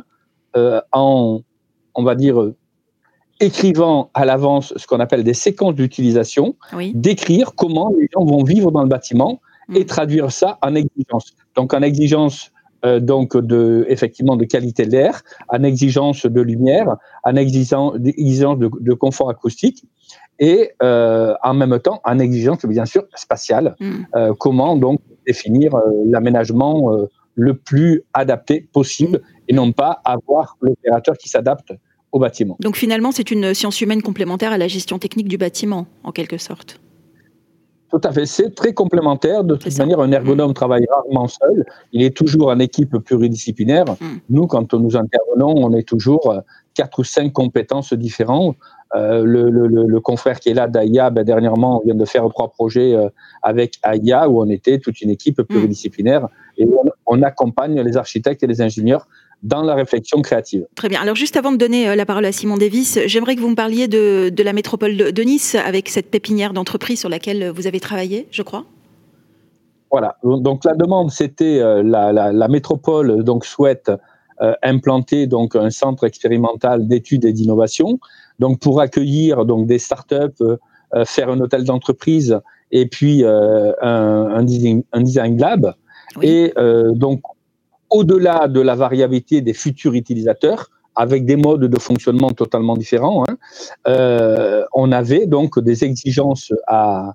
Speaker 7: écrivant à l'avance ce qu'on appelle des séquences d'utilisation, décrire comment les gens vont vivre dans le bâtiment et traduire ça en exigence. Donc en exigence effectivement de qualité de l'air, en exigence de lumière, en exigence de confort acoustique et en même temps en exigence bien sûr spatiale. Comment donc définir l'aménagement le plus adapté possible et non pas avoir l'opérateur qui s'adapte au bâtiment.
Speaker 2: Donc finalement, c'est une science humaine complémentaire à la gestion technique du bâtiment, en quelque sorte.
Speaker 7: Tout à fait, c'est très complémentaire. De toute manière, un ergonome travaille rarement seul. Il est toujours en équipe pluridisciplinaire. Nous, quand nous intervenons, on est toujours 4 ou 5 compétences différentes. Le confrère qui est là d'AIA, dernièrement, on vient de faire 3 projets avec AIA où on était toute une équipe pluridisciplinaire et on accompagne les architectes et les ingénieurs dans la réflexion créative.
Speaker 2: Très bien. Alors juste avant de donner la parole à Simon Davis, j'aimerais que vous me parliez de la métropole de Nice avec cette pépinière d'entreprise sur laquelle vous avez travaillé, je crois.
Speaker 7: Voilà. Donc la demande, c'était la métropole donc souhaite implanter donc un centre expérimental d'études et d'innovation. Donc pour accueillir donc des startups, faire un hôtel d'entreprise et puis un design lab. Et donc au-delà de la variabilité des futurs utilisateurs, avec des modes de fonctionnement totalement différents, on avait donc des exigences à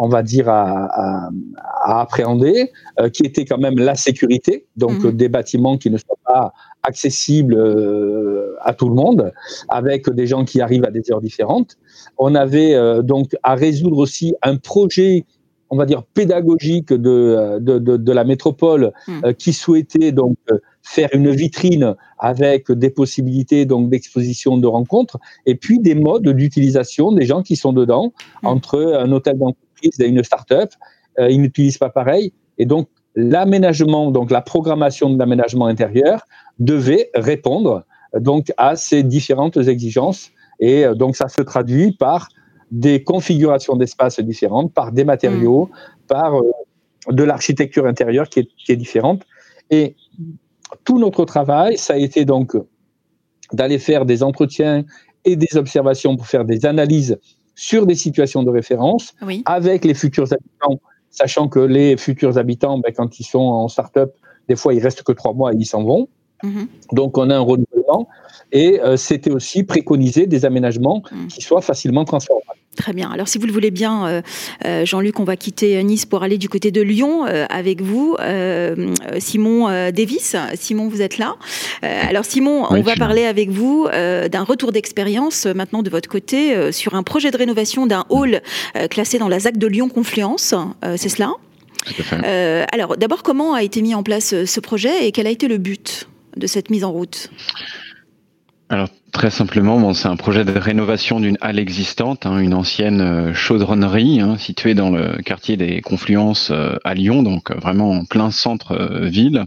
Speaker 7: appréhender, qui étaient quand même la sécurité, donc des bâtiments qui ne sont pas accessibles à tout le monde, avec des gens qui arrivent à des heures différentes. On avait donc à résoudre aussi un projet, on va dire pédagogique de la métropole qui souhaitait donc faire une vitrine avec des possibilités donc d'exposition, de rencontres, et puis des modes d'utilisation des gens qui sont dedans, entre un hôtel d'entreprise et une start-up, ils n'utilisent pas pareil, et donc l'aménagement, donc la programmation de l'aménagement intérieur devait répondre donc à ces différentes exigences, et donc ça se traduit par des configurations d'espaces différentes, par des matériaux, par de l'architecture intérieure qui est différente. Et tout notre travail, ça a été donc d'aller faire des entretiens et des observations pour faire des analyses sur des situations de référence avec les futurs habitants, sachant que les futurs habitants, quand ils sont en start-up, des fois, ils restent que 3 mois et ils s'en vont. Donc, on a un renouvellement et c'était aussi préconiser des aménagements qui soient facilement transformables.
Speaker 2: Très bien. Alors, si vous le voulez bien, Jean-Luc, on va quitter Nice pour aller du côté de Lyon avec vous. Simon Davis. Simon, vous êtes là. Alors, Simon, on va parler avec vous d'un retour d'expérience maintenant de votre côté sur un projet de rénovation d'un hall classé dans la ZAC de Lyon-Confluence. C'est cela ?
Speaker 8: Tout à fait.
Speaker 2: Alors, d'abord, comment a été mis en place ce projet et quel a été le but de cette mise en route ?
Speaker 8: Alors très simplement, c'est un projet de rénovation d'une halle existante, une ancienne chaudronnerie située dans le quartier des Confluences à Lyon, donc vraiment en plein centre-ville.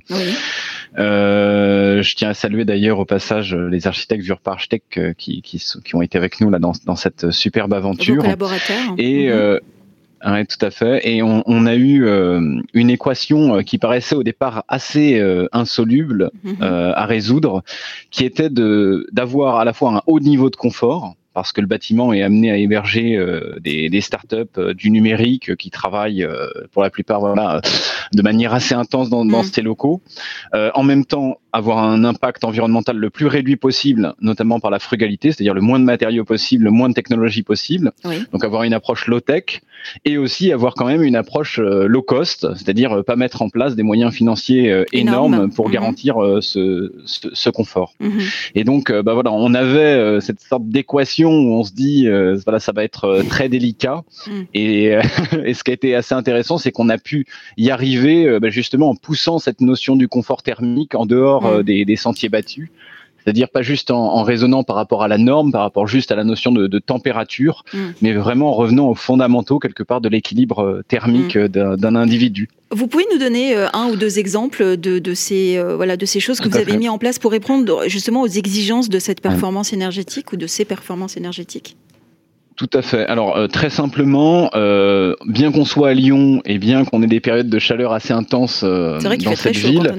Speaker 8: Je tiens à saluer d'ailleurs au passage les architectes Vurpa Architect qui ont été avec nous là dans cette superbe aventure.
Speaker 2: Vos collaborateurs.
Speaker 8: Et oui, tout à fait. Et on a eu une équation qui paraissait au départ assez insoluble à résoudre, qui était d'avoir à la fois un haut niveau de confort, parce que le bâtiment est amené à héberger des startups du numérique qui travaillent pour la plupart de manière assez intense dans ces locaux. En même temps, avoir un impact environnemental le plus réduit possible, notamment par la frugalité, c'est-à-dire le moins de matériaux possible, le moins de technologie possible. Oui. Donc avoir une approche low-tech et aussi avoir quand même une approche low-cost, c'est-à-dire pas mettre en place des moyens financiers énormes pour garantir ce confort. Et donc, voilà, on avait cette sorte d'équation où on se dit, voilà, ça va être très délicat. Et ce qui a été assez intéressant, c'est qu'on a pu y arriver justement en poussant cette notion du confort thermique en dehors des sentiers battus, c'est-à-dire pas juste en raisonnant par rapport à la norme, par rapport juste à la notion de température, mais vraiment en revenant aux fondamentaux quelque part de l'équilibre thermique d'un individu.
Speaker 2: Vous pouvez nous donner un ou deux exemples de ces choses que vous avez mis en place pour répondre justement aux exigences de cette performance énergétique ou de ces performances énergétiques ?
Speaker 8: Tout à fait. Alors très simplement, bien qu'on soit à Lyon et bien qu'on ait des périodes de chaleur assez intenses dans cette ville,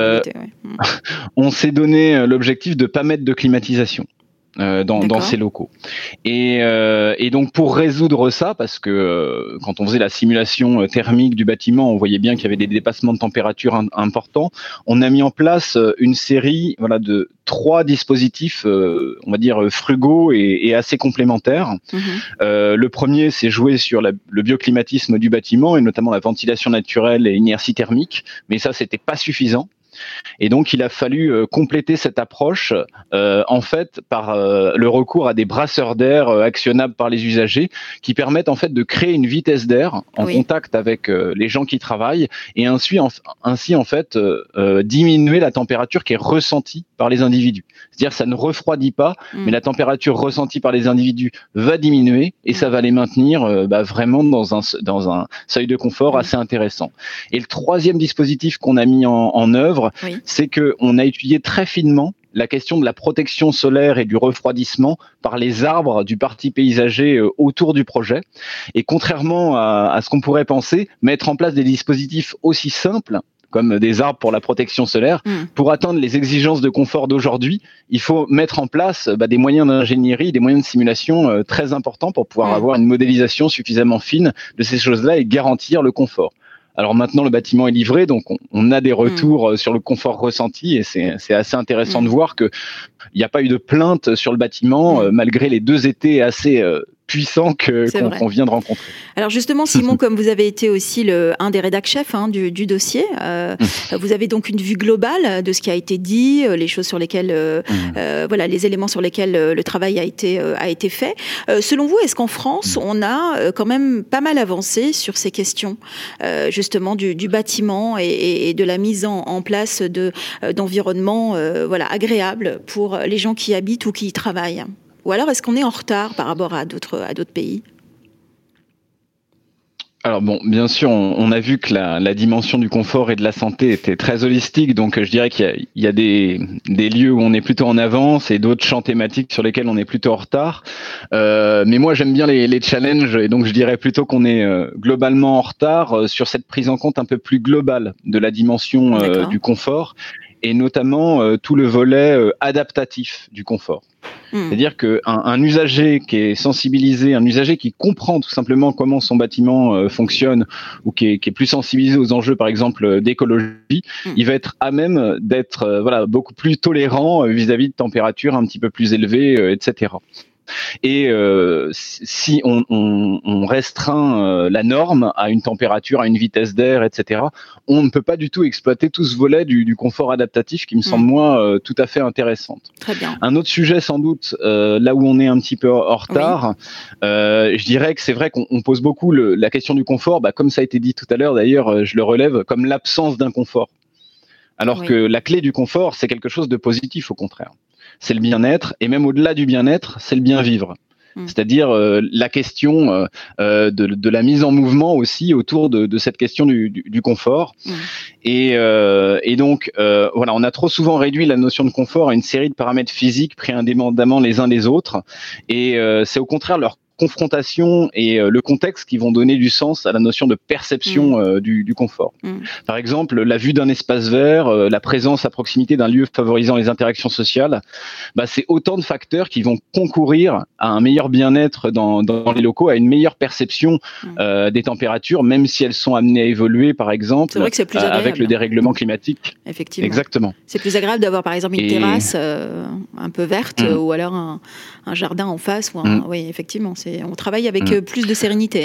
Speaker 8: on s'est donné l'objectif de ne pas mettre de climatisation dans ces locaux. Et donc pour résoudre ça, parce que quand on faisait la simulation thermique du bâtiment, on voyait bien qu'il y avait des dépassements de température importants. On a mis en place une série de 3 dispositifs, on va dire frugaux et assez complémentaires. Le premier, c'est jouer sur le bioclimatisme du bâtiment et notamment la ventilation naturelle et inertie thermique, mais ça, c'était pas suffisant. Et donc, il a fallu compléter cette approche, en fait, par le recours à des brasseurs d'air actionnables par les usagers, qui permettent en fait de créer une vitesse d'air en contact avec les gens qui travaillent, et ainsi en fait diminuer la température qui est ressentie par les individus. C'est-à-dire, ça ne refroidit pas, mais la température ressentie par les individus va diminuer, et ça va les maintenir vraiment dans un seuil de confort assez intéressant. Et le troisième dispositif qu'on a mis en œuvre, c'est qu'on a étudié très finement la question de la protection solaire et du refroidissement par les arbres du parti paysager autour du projet. Et contrairement à ce qu'on pourrait penser, mettre en place des dispositifs aussi simples comme des arbres pour la protection solaire, pour atteindre les exigences de confort d'aujourd'hui, il faut mettre en place des moyens d'ingénierie, des moyens de simulation très importants pour pouvoir avoir une modélisation suffisamment fine de ces choses-là et garantir le confort. Alors maintenant, le bâtiment est livré, donc on a des retours sur le confort ressenti, et c'est assez intéressant de voir qu'il n'y a pas eu de plainte sur le bâtiment, malgré les 2 étés assez puissants qu'on vient de rencontrer.
Speaker 2: Alors justement, Simon, comme vous avez été aussi un des rédac-chefs du dossier, vous avez donc une vue globale de ce qui a été dit, les choses sur lesquelles, les éléments sur lesquels le travail a été fait. Selon vous, est-ce qu'en France, on a quand même pas mal avancé sur ces questions, justement du bâtiment et de la mise en place d'environnements agréables pour les gens qui y habitent ou qui y travaillent ? Ou alors, est-ce qu'on est en retard par rapport à d'autres pays ?
Speaker 8: Alors bon, bien sûr, on a vu que la dimension du confort et de la santé était très holistique, donc je dirais qu'il y a des lieux où on est plutôt en avance et d'autres champs thématiques sur lesquels on est plutôt en retard. Mais moi, j'aime bien les challenges, et donc je dirais plutôt qu'on est globalement en retard sur cette prise en compte un peu plus globale de la dimension du confort, et notamment tout le volet adaptatif du confort. C'est-à-dire qu'un usager qui est sensibilisé, un usager qui comprend tout simplement comment son bâtiment fonctionne, ou qui est plus sensibilisé aux enjeux, par exemple, d'écologie, il va être à même d'être beaucoup plus tolérant vis-à-vis de températures un petit peu plus élevées, etc. Et si on restreint la norme à une température, à une vitesse d'air, etc., on ne peut pas du tout exploiter tout ce volet du confort adaptatif qui me semble, moi, tout à fait intéressante.
Speaker 2: Très bien.
Speaker 8: Un autre sujet, sans doute, là où on est un petit peu en retard, je dirais que c'est vrai qu'on pose beaucoup la question du confort, comme ça a été dit tout à l'heure, d'ailleurs, je le relève, comme l'absence d'un confort. Alors que la clé du confort, c'est quelque chose de positif, au contraire. C'est le bien-être, et même au-delà du bien-être, c'est le bien-vivre. C'est-à-dire la question de la mise en mouvement aussi autour de cette question du confort. Et donc, on a trop souvent réduit la notion de confort à une série de paramètres physiques pris indépendamment les uns des autres. Et c'est au contraire leur confrontation et le contexte qui vont donner du sens à la notion de perception du confort. Par exemple, la vue d'un espace vert, la présence à proximité d'un lieu favorisant les interactions sociales, c'est autant de facteurs qui vont concourir à un meilleur bien-être dans les locaux, à une meilleure perception des températures, même si elles sont amenées à évoluer, par exemple, avec le dérèglement climatique.
Speaker 2: Effectivement.
Speaker 8: Exactement.
Speaker 2: C'est plus agréable d'avoir, par exemple, une terrasse un peu verte ou alors un jardin en face. Oui, effectivement. On travaille avec plus de sérénité.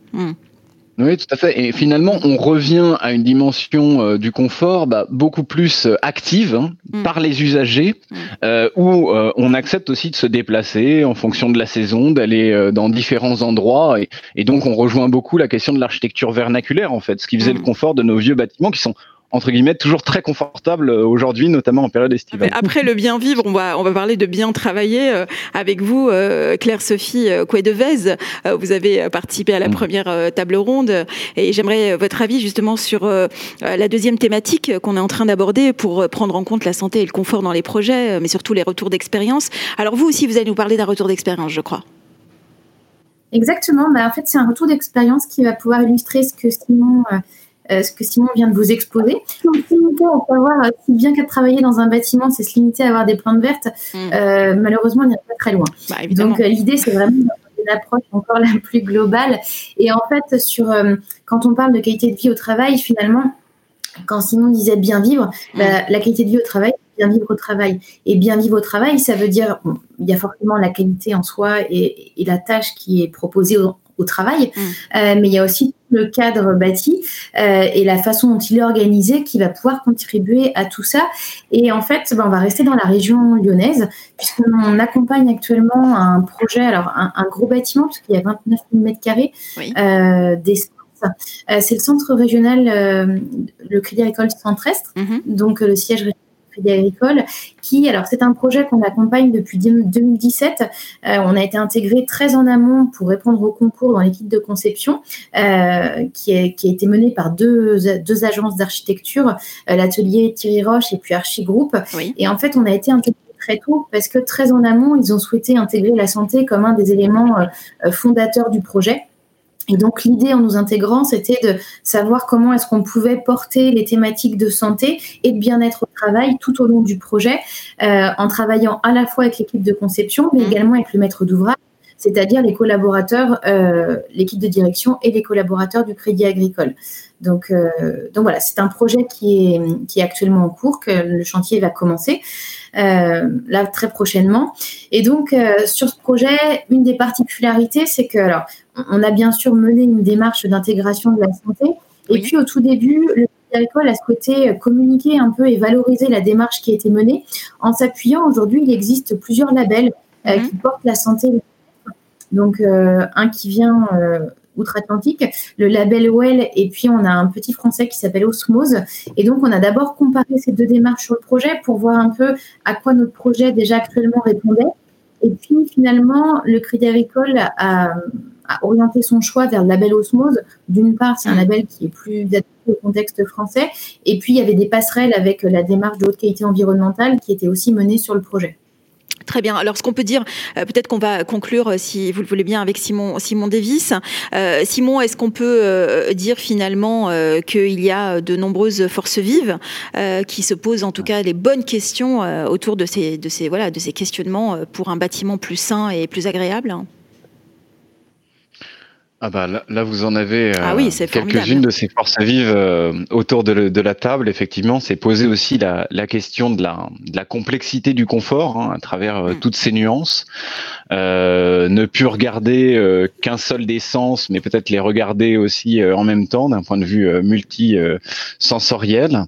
Speaker 8: Oui, tout à fait. Et finalement, on revient à une dimension du confort beaucoup plus active par les usagers, où on accepte aussi de se déplacer en fonction de la saison, d'aller dans différents endroits. Et donc, on rejoint beaucoup la question de l'architecture vernaculaire, en fait, ce qui faisait le confort de nos vieux bâtiments qui sont entre guillemets, toujours très confortable aujourd'hui, notamment en période estivale.
Speaker 2: Après le bien vivre, on va parler de bien travailler avec vous, Claire-Sophie Coué-Devez. Vous avez participé à la première table ronde et j'aimerais votre avis justement sur la deuxième thématique qu'on est en train d'aborder pour prendre en compte la santé et le confort dans les projets, mais surtout les retours d'expérience. Alors vous aussi, vous allez nous parler d'un retour d'expérience, je crois.
Speaker 3: Exactement. En fait, c'est un retour d'expérience qui va pouvoir illustrer ce que Simon vient de vous exposer. À savoir, si bien qu'à travailler dans un bâtiment, c'est se limiter à avoir des plantes vertes, malheureusement, on n'ira pas très loin. Donc, l'idée, c'est vraiment une approche encore la plus globale. Et en fait, quand on parle de qualité de vie au travail, finalement, quand Simon disait bien vivre, la qualité de vie au travail, bien vivre au travail. Et bien vivre au travail, ça veut dire, il y a forcément la qualité en soi et la tâche qui est proposée au travail, mais il y a aussi le cadre bâti et la façon dont il est organisé qui va pouvoir contribuer à tout ça. Et en fait, on va rester dans la région lyonnaise puisqu'on accompagne actuellement un projet, alors un gros bâtiment parce qu'il y a 29 000 m² d'espace. C'est le centre régional, le Crédit Agricole Centre-Est, donc le siège régional Crédit Agricole, alors c'est un projet qu'on accompagne depuis 2017. On a été intégré très en amont pour répondre au concours dans l'équipe de conception qui a été menée par deux agences d'architecture, l'atelier Thierry Roche et puis Archi Group. Et en fait, on a été intégré très tôt parce que très en amont, ils ont souhaité intégrer la santé comme un des éléments fondateurs du projet. Et donc, l'idée en nous intégrant, c'était de savoir comment est-ce qu'on pouvait porter les thématiques de santé et de bien-être au travail tout au long du projet, en travaillant à la fois avec l'équipe de conception, mais également avec le maître d'ouvrage, c'est-à-dire les collaborateurs, l'équipe de direction et les collaborateurs du Crédit Agricole. Donc voilà, c'est un projet qui est actuellement en cours, que le chantier va commencer là très prochainement. Et donc sur ce projet, une des particularités, c'est que on a bien sûr mené une démarche d'intégration de la santé. Et puis au tout début, le Crédit Agricole a souhaité communiquer un peu et valoriser la démarche qui a été menée en s'appuyant. Aujourd'hui, il existe plusieurs labels qui portent la santé. Donc un qui vient outre-Atlantique, le label Well, et puis on a un petit français qui s'appelle Osmose. Et donc, on a d'abord comparé ces deux démarches sur le projet pour voir un peu à quoi notre projet déjà actuellement répondait. Et puis, finalement, le Crédit Agricole a orienté son choix vers le label Osmose. D'une part, c'est un label qui est plus adapté au contexte français. Et puis, il y avait des passerelles avec la démarche de haute qualité environnementale qui était aussi menée sur le projet.
Speaker 2: Très bien. Alors, ce qu'on peut dire, peut-être qu'on va conclure, si vous le voulez bien, avec Simon Davis. Simon, est-ce qu'on peut dire finalement qu'il y a de nombreuses forces vives qui se posent en tout cas les bonnes questions autour de ces questionnements pour un bâtiment plus sain et plus agréable ?
Speaker 8: Là, vous en avez quelques-unes de ces forces vives autour de la table. Effectivement, c'est poser aussi la question de la complexité du confort à travers toutes ces nuances. Ne plus regarder qu'un seul des sens, mais peut-être les regarder aussi en même temps d'un point de vue multisensoriel.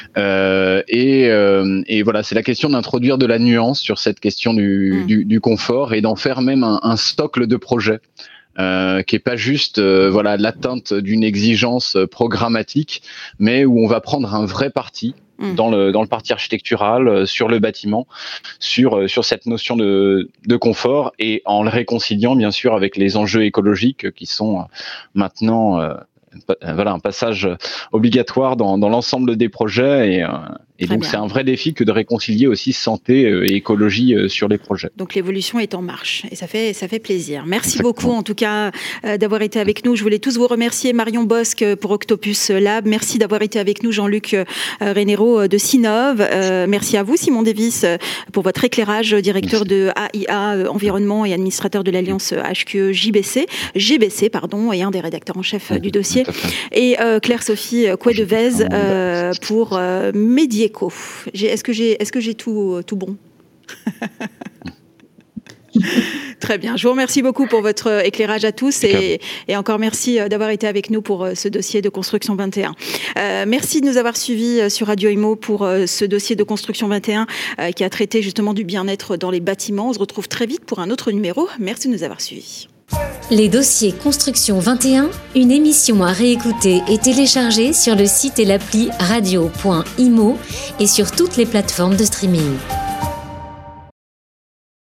Speaker 8: Et voilà, c'est la question d'introduire de la nuance sur cette question du confort et d'en faire même un socle de projet. Qui est pas juste l'atteinte d'une exigence programmatique, mais où on va prendre un vrai parti dans le parti architectural, sur le bâtiment, sur cette notion de confort, et en le réconciliant bien sûr avec les enjeux écologiques qui sont maintenant un passage obligatoire dans l'ensemble des projets Et donc, c'est un vrai défi que de réconcilier aussi santé et écologie sur les projets.
Speaker 2: Donc, l'évolution est en marche et ça fait plaisir. Merci beaucoup, en tout cas, d'avoir été avec nous. Je voulais tous vous remercier. Marion Bosc pour Octopus Lab. Merci d'avoir été avec nous. Jean-Luc Rénéro de Sinov. Merci à vous, Simon Davis, pour votre éclairage, directeur de AIA Environnement et administrateur de l'Alliance HQE-GBC, et un des rédacteurs en chef du dossier. Et Claire-Sophie Couet-Devez pour Medieco. Est-ce que j'ai tout bon? Très bien. Je vous remercie beaucoup pour votre éclairage à tous et encore merci d'avoir été avec nous pour ce dossier de Construction 21. Merci de nous avoir suivis sur Radio Imo pour ce dossier de Construction 21 qui a traité justement du bien-être dans les bâtiments. On se retrouve très vite pour un autre numéro. Merci de nous avoir suivis.
Speaker 1: Les dossiers Construction 21, une émission à réécouter et télécharger sur le site et l'appli radio.imo et sur toutes les plateformes de streaming.